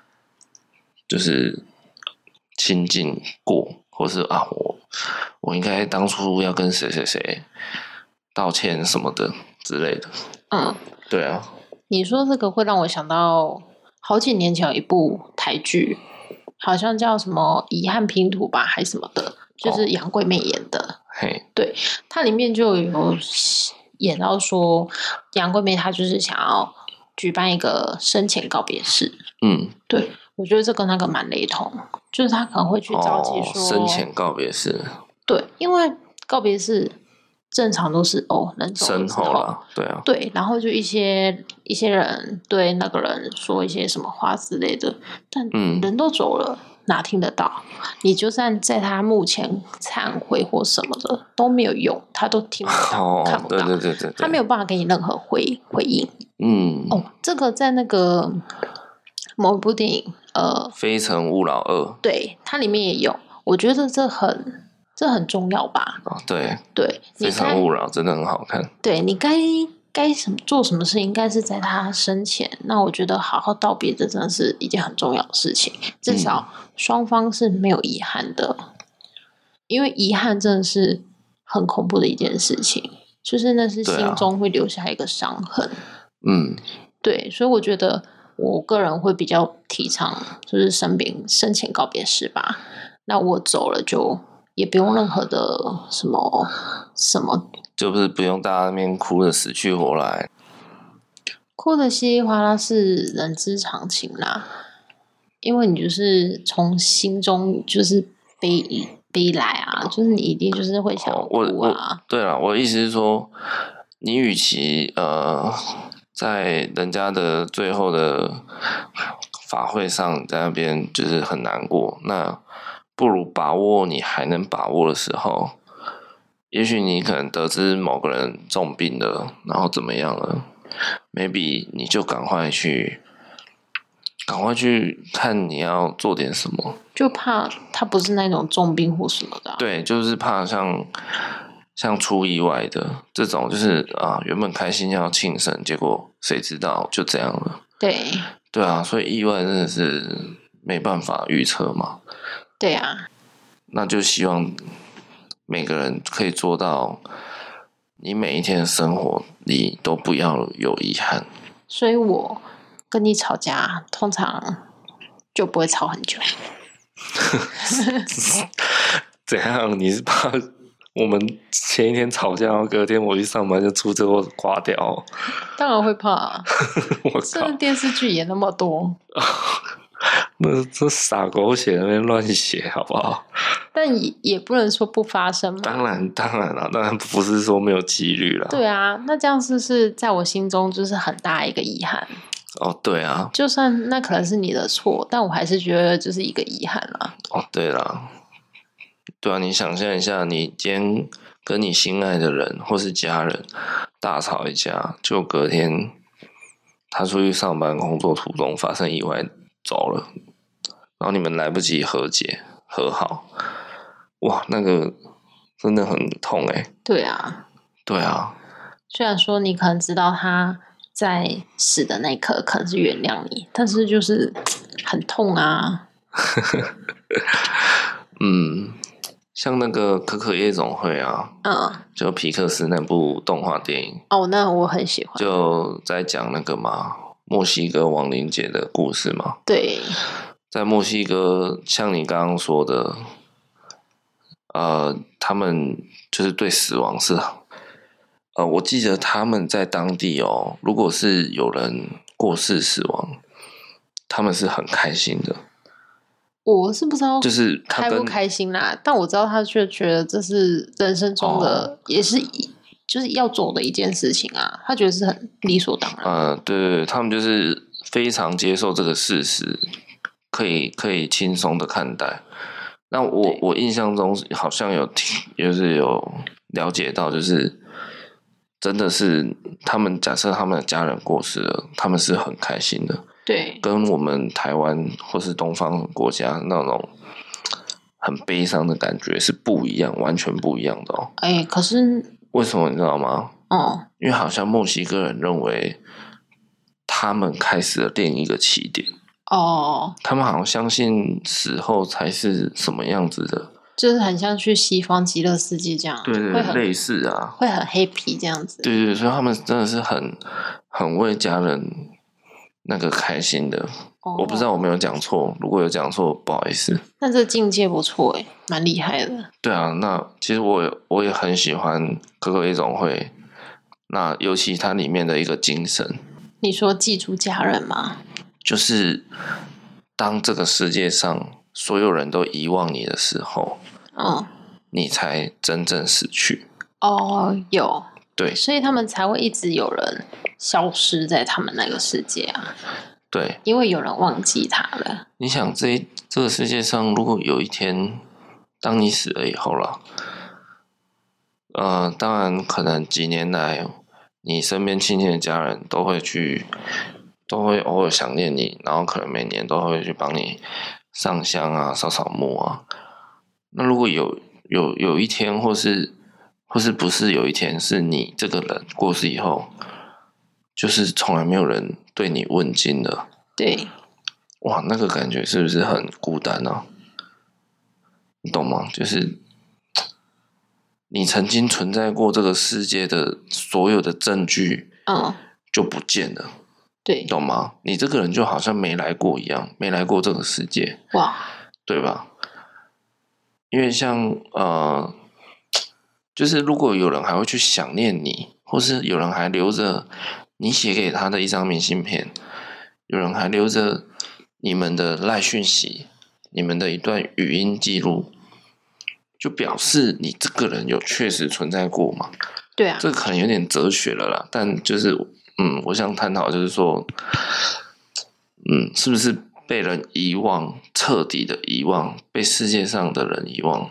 就是亲近过，或是啊我我应该当初要跟谁谁谁道歉什么的之类的。 嗯， 对啊， 你说这个会让我想到好几年前有一部台剧。好像叫什么遗憾拼图吧，还是什么的，就是杨贵妹演的。 嘿、哦， 对，它里面就有演到说，杨贵妹她就是想要举办一个生前告别式。 嗯， 对，我觉得这跟那个蛮雷同，就是她可能会去召集说、 哦、生前告别式。 对，因为告别式正常都是哦人走了之后， 啦，对啊， 对，然后就一些一些人对那个人说一些什么话之类的，但人都走了，嗯、哪听得到？你就算在他墓前忏悔或什么的都没有用，他都听不到，哦、看不到， 对对对 对, 对， 他没有办法给你任何回回应。 嗯， 哦，这个在那个某一部电影，呃，《 非诚勿扰二》， 对，它里面也有，我觉得这很。这很重要吧？ 哦，对对， 非诚勿扰真的很好看。 对，你该该什么做什么事情，应该是在他生前。那我觉得好好道别，这真的是一件很重要的事情。至少双方是没有遗憾的，嗯、因为遗憾真的是很恐怖的一件事情，就是那是心中会留下一个伤痕。嗯，对，所以我觉得我个人会比较提倡，就是生病生前告别式吧。那我走了就。也不用任何的什么什么， 就是不用大家那边哭的死去活来， 哭的稀里哗啦是人之常情啦。因为你就是从心中就是悲悲来啊，就是你一定就是会想哭啊。 哦、我我对了，我的意思是说，你与其呃在人家的最后的法会上在那边就是很难过，那。不如把握你还能把握的时候，也许你可能得知某个人重病了，然后怎么样了 ，maybe 你就赶快去，赶快去看你要做点什么。 就怕他不是那种重病或什么的、啊。 对，就是怕像像出意外的这种，就是啊，原本开心要庆生，结果谁知道就这样了。 对， 对啊，所以意外真的是没办法预测嘛。 对啊， 那就希望每个人可以做到，你每一天的生活里都不要有遗憾。 所以我跟你吵架，通常就不会吵很久。 怎样？你是怕我们前一天吵架，然后隔天我去上班就出车祸挂掉？ 当然会怕、啊。 我靠！ 这电视剧演那么多。 那这傻狗血那边乱写好不好？ 但也也不能说不发生嘛。 当然当然啦，当然不是说没有几率啦。 对啊，那这样是不是在我心中就是很大一个遗憾？ 哦，对啊， 就算那可能是你的错，但我还是觉得就是一个遗憾啦。 哦，对啦，对啊，你想象一下，你今天跟你心爱的人或是家人大吵一架，就隔天他出去上班工作途中发生意外走了，然后你们来不及和解和好，哇，那个真的很痛哎、欸。 对啊， 对啊， 虽然说你可能知道他在死的那一刻可能是原谅你，但是就是很痛啊。 嗯，像那个可可夜总会啊， 嗯， 就皮克斯那部动画电影， 哦，那我很喜欢。 就在讲那个嘛，墨西哥亡灵节的故事嘛。 对， 在墨西哥，像你刚刚说的，呃，他们就是对死亡是，呃，我记得他们在当地哦，如果是有人过世死亡，他们是很开心的。 我是不知道就是他跟开不开心啦，但我知道他却觉得这是人生中的， 哦也是一就是要做的一件事情啊，他觉得是很理所当然。 呃，对对对，他们就是非常接受这个事实，可以可以轻松的看待。那我我印象中好像有听，就是有了解到，就是真的是他们假设他们的家人过世了，他们是很开心的， 对， 跟我们台湾或是东方国家那种很悲伤的感觉是不一样，完全不一样的哦。 哎，可是， 为什么你知道吗？ 哦， 因为好像墨西哥人认为他们开始了另一个起点， 哦， 他们好像相信死后才是什么样子的， 就是很像去西方极乐世界这样， 对对对， 会很类似啊， 会很 happy 这样子。 对对，所以他们真的是很很为家人那个开心的。 哦， 我不知道我没有讲错，如果有讲错，不好意思。 那这境界不错哎，蛮厉害的。 对啊，那其实我也我也很喜欢可可夜总会，那尤其它里面的一个精神， 你说记住家人吗？ 就是当这个世界上所有人都遗忘你的时候， 嗯， 你才真正死去。 哦，有， 对所以他们才会一直有人消失在他们那个世界啊， 对， 因为有人忘记他了。 你想这一这个世界上，如果有一天当你死了以后了，呃，当然可能几年来你身边亲近的家人都会去，都会偶尔想念你，然后可能每年都会去帮你上香啊、扫扫墓啊。那如果有有有一天，或是或是不是有一天，是你这个人过世以后，就是从来没有人对你问津的， 对， 哇，那个感觉是不是很孤单啊？你懂吗？就是你曾经存在过这个世界的所有的证据， 嗯， 就不见了， 对你，懂吗？你这个人就好像没来过一样，没来过这个世界， 哇， 对吧？因为像呃，就是如果有人还会去想念你，或是有人还留着你写给他的一张明信片，有人还留着你们的赖讯息，你们的一段语音记录，就表示你这个人有确实存在过嘛？ 对啊， 这个可能有点哲学了啦，但就是嗯，我想探讨就是说，嗯，是不是被人遗忘，彻底的遗忘，被世界上的人遗忘，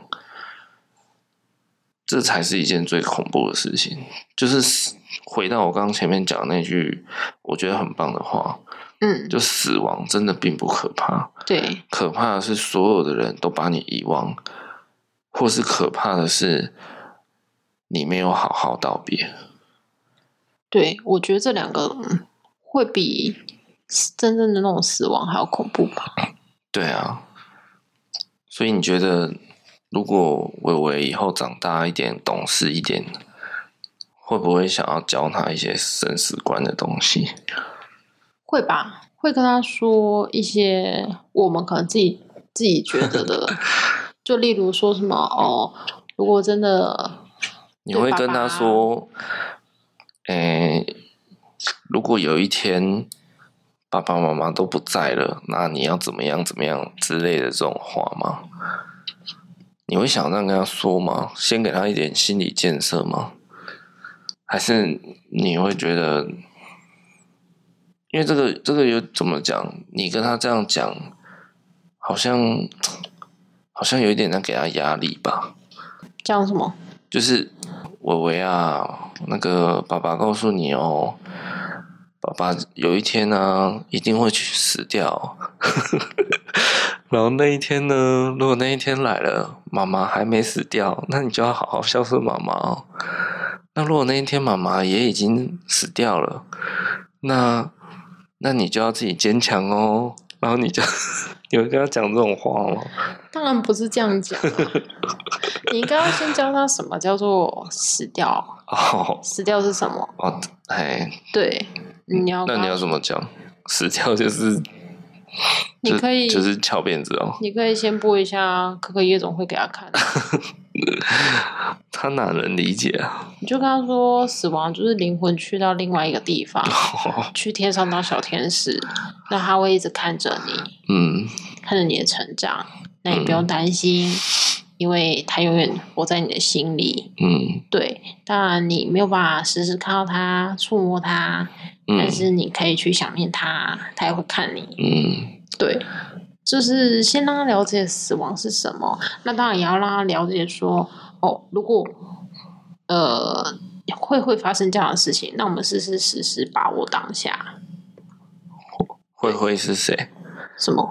这才是一件最恐怖的事情。就是回到我刚刚前面讲的那句我觉得很棒的话， 嗯， 就死亡真的并不可怕， 对， 可怕的是所有的人都把你遗忘，或是可怕的是你没有好好道别。 对，我觉得这两个、嗯、会比真正的那种死亡还要恐怖吧？ 对啊，所以你觉得，如果伟伟以后长大一点、懂事一点，会不会想要教他一些生死观的东西？ 会吧？会跟他说一些我们可能自己自己觉得的，就例如说什么哦，如果真的， 你会跟他说，诶，如果有一天爸爸妈妈都不在了，那你要怎么样怎么样之类的这种话吗？你会想这样跟他说吗？先给他一点心理建设吗？还是你会觉得因为这个这个有怎么讲？你跟他这样讲，好像好像有一点在给他压力吧？ 讲什么？ 就是伟伟啊，那个爸爸告诉你哦，爸爸有一天呢、一定会去死掉。然后那一天呢，如果那一天来了，妈妈还没死掉，那你就要好好孝顺妈妈哦。那如果那一天妈妈也已经死掉了，那那你就要自己坚强哦。然后你就有跟他讲这种话吗？ 当然不是这样讲、啊，你应该要先教他什么叫做死掉。 哦， 死掉是什么？ 哦，哎， 对，你要那你要怎么讲？死掉就是你可以就、就是翘辫子哦。 你可以先播一下可可夜总会给他看， 他哪能理解啊？ 你就跟他说，死亡就是灵魂去到另外一个地方，去天上当小天使，那他会一直看着你， 嗯， 看着你的成长，那你不用担心。嗯，因为他永远活在你的心里。 嗯， 对，当然你没有办法时时看到他、触摸他，嗯，但是你可以去想念他，他也会看你。 嗯， 对，就是先让他了解死亡是什么，那当然也要让他了解说，哦，如果呃会会发生这样的事情，那我们是是时时把握当下。 慧慧是谁？ 什么？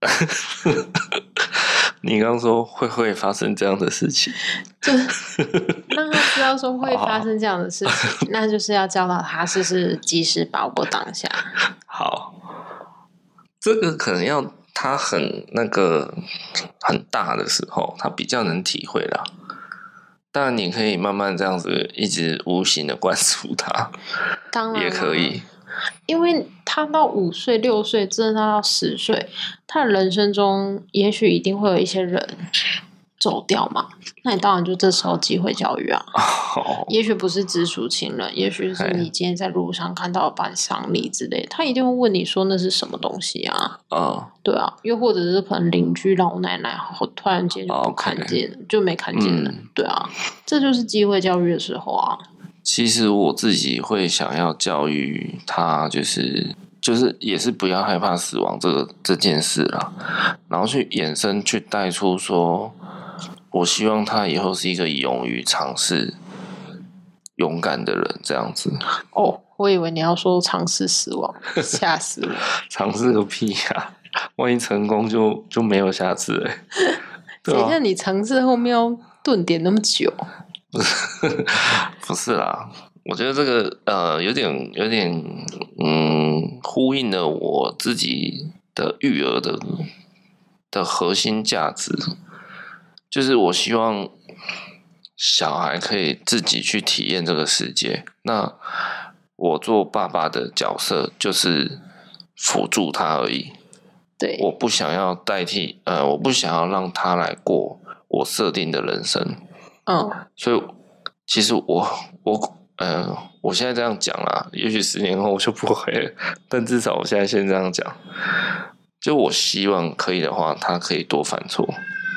你刚刚说会会发生这样的事情， 就是让他知道说会发生这样的事情，那就是要教导他是是及时把握当下。 好，这个可能要他很那个很大的时候，他比较能体会啦。当然，你可以慢慢这样子一直无形的灌输他， 当然也可以。 因为他到五岁、六岁，真的到十岁，他的人生中也许一定会有一些人走掉嘛。那你当然就这时候机会教育啊。 哦、 也许不是直属亲人，也许是你今天在路上看到办丧礼之类，他一定会问你说那是什么东西啊？ 嗯， 对啊，又或者是可能邻居老奶奶突然间就不看见， okay. 就没看见了、嗯。对啊，这就是机会教育的时候啊。 其实我自己会想要教育他，就是就是也是不要害怕死亡这个这件事啦，然后去衍生去带出说，我希望他以后是一个勇于尝试、勇敢的人，这样子。 哦，我以为你要说尝试死亡，吓死我！ 尝试个屁呀、啊！万一成功就就没有下次哎、欸。 等一下，你尝试后面要顿点那么久？ 不是，不是啦，我觉得这个呃有点有点嗯呼应了我自己的育儿的的核心价值，就是我希望小孩可以自己去体验这个世界，那我做爸爸的角色就是辅助他而已。 对， 我不想要代替呃，我不想要让他来过我设定的人生。 嗯， 所以其实我我呃，我现在这样讲啦，也许十年后我就不会了，但至少我现在先这样讲，就我希望可以的话，他可以多犯错。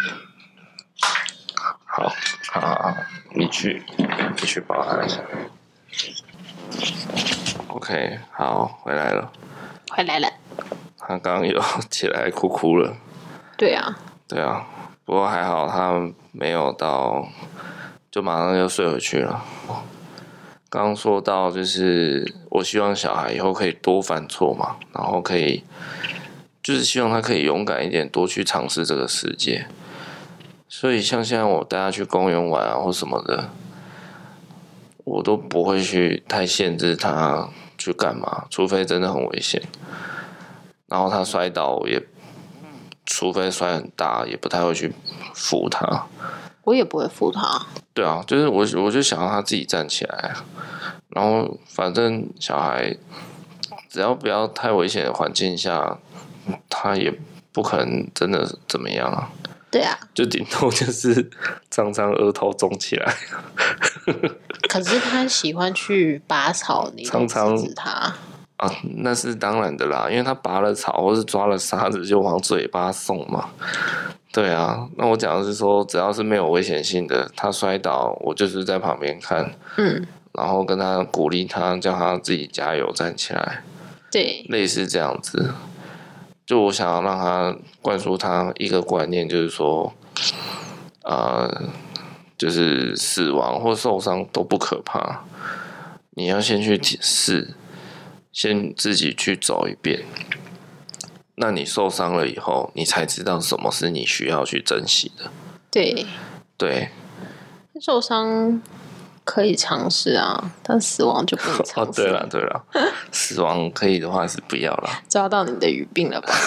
好，好好好，你去，你去抱他一下。OK， 好，回来了， 回来了。 他刚刚有起来哭哭了。 对啊， 对啊。不过还好，他没有到，就马上就睡回去了。刚刚说到，就是我希望小孩以后可以多犯错嘛，然后可以，就是希望他可以勇敢一点，多去尝试这个世界。所以像现在我带他去公园玩啊，或什么的，我都不会去太限制他去干嘛，除非真的很危险。然后他摔倒也。除非摔很大，也不太会去扶他。 我也不会扶他。 对啊，就是我，我就想让他自己站起来。然后，反正小孩只要不要太危险的环境下，他也不可能真的怎么样啊。 对啊， 就顶多就是常常额头肿起来。 可是他喜欢去拔草，你都制止他。 啊，那是当然的啦，因为他拔了草或是抓了沙子就往嘴巴送嘛。对啊，那我讲的是说，只要是没有危险性的，他摔倒，我就是在旁边看， 嗯， 然后跟他鼓励他，叫他自己加油站起来。 对， 类似这样子。就我想要让他灌输他一个观念，就是说，呃，就是死亡或受伤都不可怕，你要先去试，先自己去走一遍。那你受伤了以后，你才知道什么是你需要去珍惜的。 对， 对， 受伤可以尝试啊，但死亡就不能尝试。 哦，对了对了，死亡可以的话是不要了。 抓到你的语病了吧？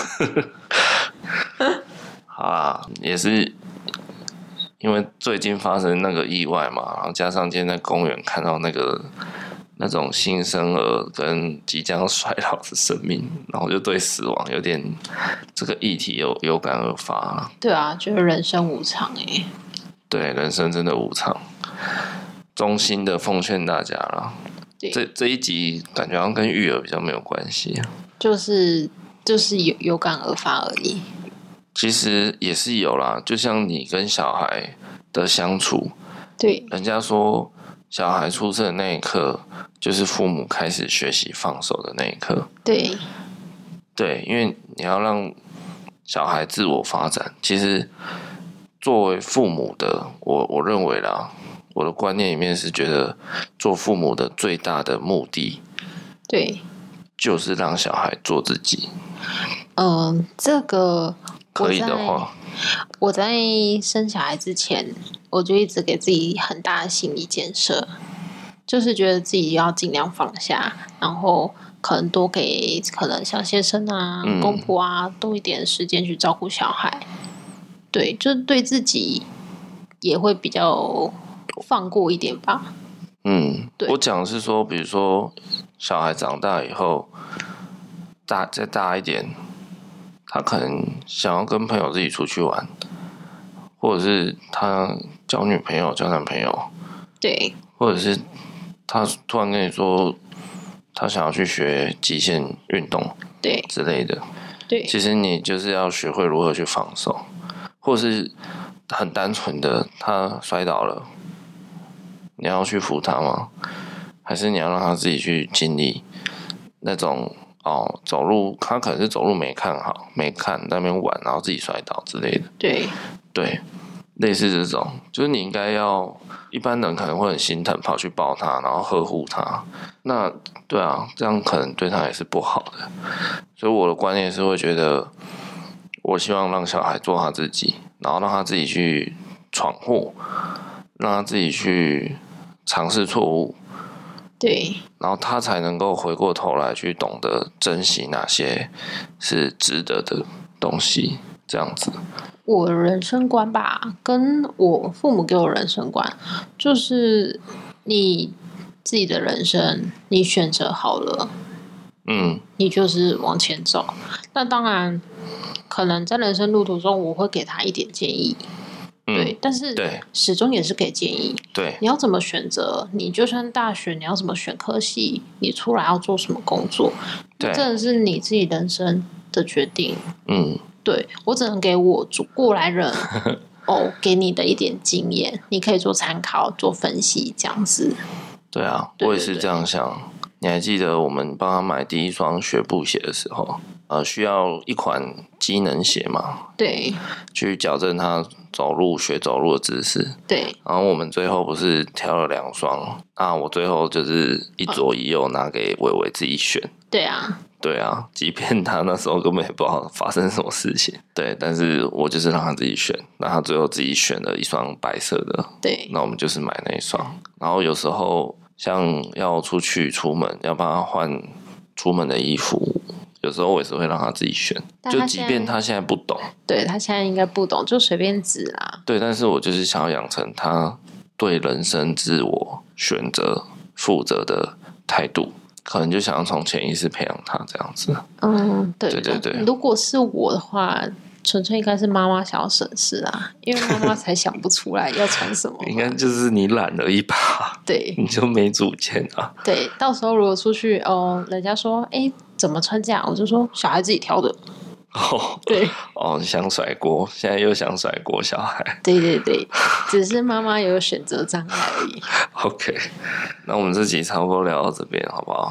好啦，也是因为最近发生那个意外嘛，然后加上今天在公园看到那个那种新生儿跟即将衰老的生命，然后就对死亡有点这个议题有有感而发。 对啊，觉得人生无常哎、欸。 对，人生真的无常。衷心的奉劝大家啦，这这一集感觉好像跟育儿比较没有关系， 就是就是有有感而发而已。 其实也是有啦，就像你跟小孩的相处， 对， 人家说小孩出生的那一刻，就是父母开始学习放手的那一刻。 对， 对，因为你要让小孩自我发展，其实作为父母的，我我认为啦。我的观念里面是觉得，做父母的最大的目的， 对， 就是让小孩做自己。 嗯、呃，这个可以的话， 我在生小孩之前，我就一直给自己很大的心理建设，就是觉得自己要尽量放下，然后可能多给可能像先生啊、 嗯、 公婆啊多一点时间去照顾小孩。对，就是对自己也会比较放过一点吧。 嗯，我讲的是说，比如说小孩长大以后，大再大一点，他可能想要跟朋友自己出去玩，或者是他交女朋友、交男朋友， 对， 或者是他突然跟你说他想要去学极限运动， 对之类的， 对， 其实你就是要学会如何去放手，或是很单纯的他摔倒了。你要去扶他吗？还是你要让他自己去经历那种哦，走路他可能是走路没看好，没看在那边玩，然后自己摔倒之类的。 对对，类似这种，就是你应该要，一般人可能会很心疼，跑去抱他，然后呵护他。那对啊，这样可能对他也是不好的。所以我的观念是会觉得，我希望让小孩做他自己，然后让他自己去闯祸，让他自己去尝试错误， 对， 然后他才能够回过头来去懂得珍惜哪些是值得的东西，这样子。 我的人生观吧，跟我父母给我人生观，就是你自己的人生，你选择好了， 嗯， 你就是往前走。那当然，可能在人生路途中，我会给他一点建议。 嗯、 对，但是对， 始终也是给建议。 对， 你要怎么选择？你就算大学，你要怎么选科系？你出来要做什么工作？ 对， 真的是你自己人生的决定。 嗯， 对，我只能给我过来人哦，给你的一点经验，你可以做参考、做分析这样子。 对啊， 对对对， 我也是这样想。你还记得我们帮他买第一双学步鞋的时候，呃，需要一款机能鞋嘛？ 对， 去矫正他走路、学走路的姿势。 对。 然后我们最后不是挑了两双啊？我最后就是一左一右拿给伟伟自己选。 对啊， 对啊，即便他那时候根本也不知道发生什么事情，对，但是我就是让他自己选，那他最后自己选了一双白色的， 对， 那我们就是买那一双。然后有时候像要出去出门，要帮他换出门的衣服，有时候我也是会让他自己选，就即便他现在不懂， 对，他现在应该不懂，就随便指啦。 对，但是我就是想要养成他对人生自我选择负责的态度。可能就想要从潜意识培养他这样子。 嗯，对对对对。 如果是我的话，纯粹应该是妈妈想要省事啊，因为妈妈才想不出来要穿什么。 应该就是你懒了一把， 对， 你就没主见啊。 对，到时候如果出去哦，人家说哎怎么穿这样，我就说小孩自己挑的。 哦， 对， 哦，想甩锅，现在又想甩锅小孩。 对对对，只是妈妈有选择障碍而已。 OK， 那我们这集差不多聊到这边，好不好？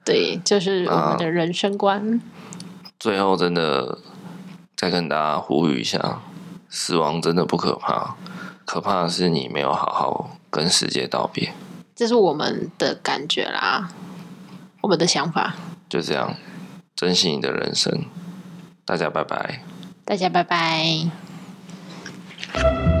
对，就是我们的人生观。啊、 最后，真的再跟大家呼吁一下，死亡真的不可怕，可怕的是你没有好好跟世界道别。 这是我们的感觉啦，我们的想法。 就这样，珍惜你的人生，大家拜拜。 大家拜拜。